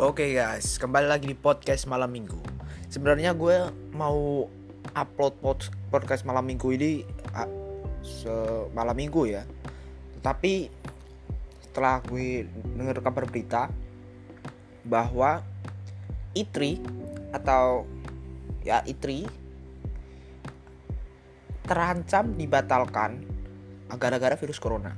Oke guys, kembali lagi di podcast malam minggu. Sebenarnya gue mau upload podcast malam minggu ini malam minggu ya. Tetapi setelah gue dengar kabar berita bahwa ITRI atau ITRI terancam dibatalkan gara-gara virus corona.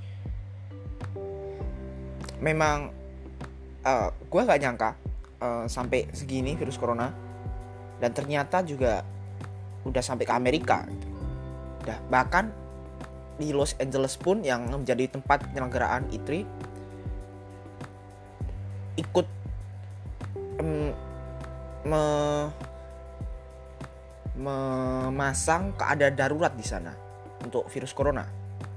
Memang gue gak nyangka sampai segini virus corona, dan ternyata juga udah sampai ke Amerika gitu. Bahkan di Los Angeles pun yang menjadi tempat penyelenggaraan ITRI ikut memasang keadaan darurat di sana untuk virus corona.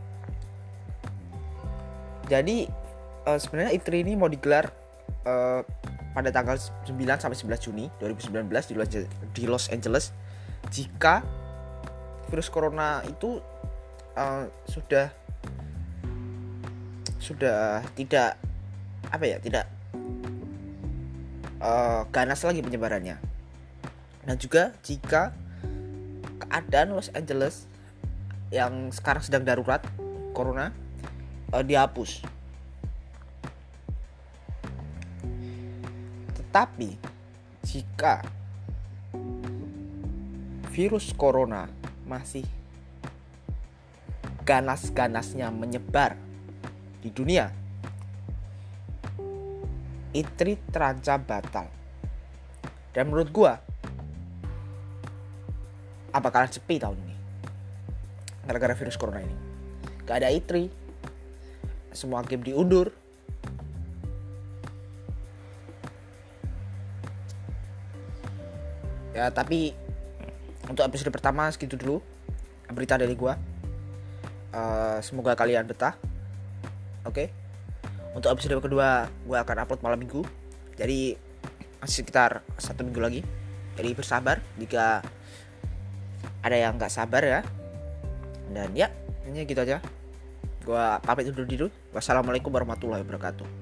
Jadi sebenarnya ITRI ini mau digelar pada tanggal 9 sampai 11 Juni 2019 di Los Angeles jika virus corona itu sudah tidak ganas lagi penyebarannya, dan juga jika keadaan Los Angeles yang sekarang sedang darurat corona dihapus. Tetapi jika virus corona masih ganas-ganasnya menyebar di dunia, ITRI terancam batal. Dan menurut gua bakalan sepi tahun ini gara-gara virus corona ini. Gak ada ITRI, semua game diundur. Ya, tapi untuk episode pertama segitu dulu berita dari gua. Semoga kalian betah. Oke. Untuk episode kedua gua akan upload malam minggu. Jadi masih sekitar 1 minggu lagi. Jadi bersabar jika ada yang gak sabar ya. Dan ya, ini gitu aja. Gua pamit undur diri. Wassalamualaikum warahmatullahi wabarakatuh.